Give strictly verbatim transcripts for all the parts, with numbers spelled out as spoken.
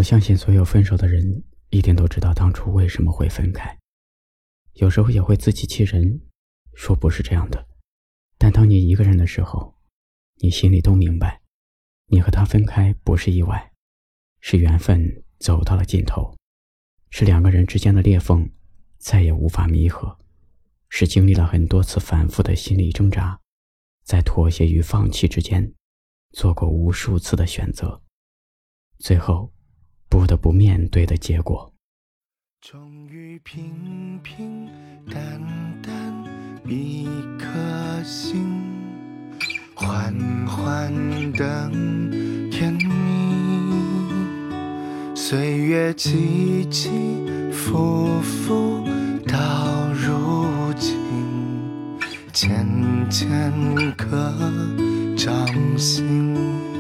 我相信所有分手的人一定都知道当初为什么会分开，有时候也会自欺欺人，说不是这样的。但当你一个人的时候，你心里都明白，你和他分开不是意外，是缘分走到了尽头，是两个人之间的裂缝再也无法弥合，是经历了很多次反复的心理挣扎，在妥协与放弃之间做过无数次的选择，最后不得不面对的结果。 终于平平淡淡一颗心，缓缓等天明，岁月起起伏伏到如今，渐渐刻掌心，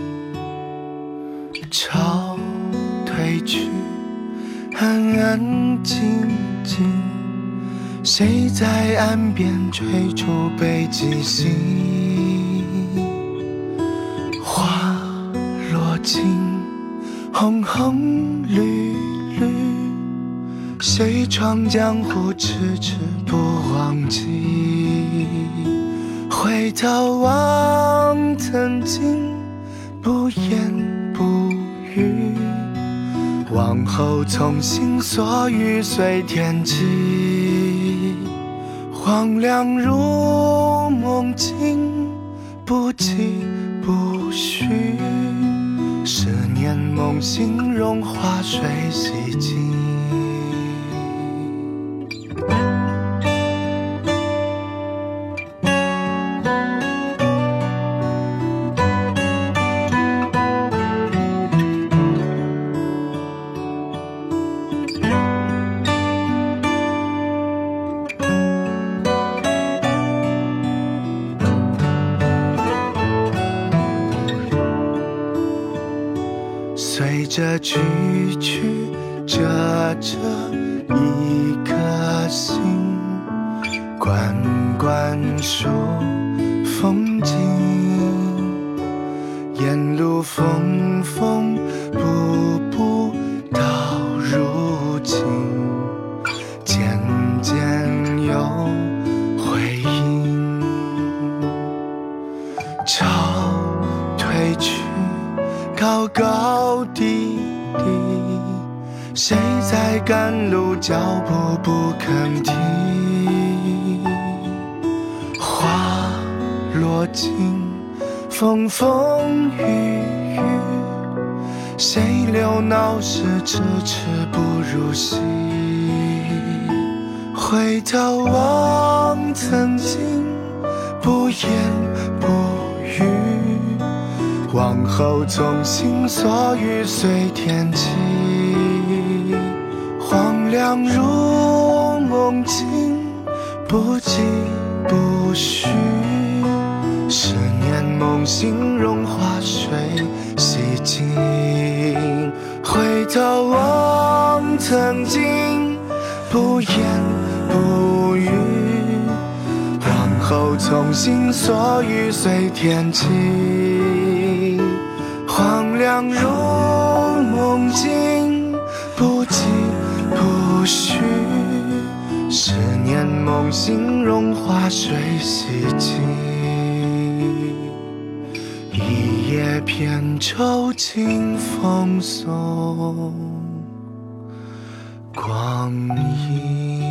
潮退去安安静静，谁在岸边吹出北极星？花落尽，红红绿绿，谁闯江湖，迟迟不忘记？回头望曾经，不言不语，往后从心所欲随天起，荒凉如梦境，不疾不徐，十年梦醒，融化水洗尽。随着曲曲折折一颗心，关关数风景，沿路风风步步到如今，渐渐有回音，潮退去高高低低，谁在赶路，脚步不肯停？花落尽，风风雨雨，谁流闹时迟迟不入戏？回头望曾经，不言不语，往后从心所欲随天起，荒凉如梦境，不疾不徐，十年梦醒，融化水洗尽。回头望曾经，不言不语，往后从心所欲随天起，荒凉如梦境，不疾不徐，十年梦醒，融化水洗尽。一叶扁舟，清风送光阴。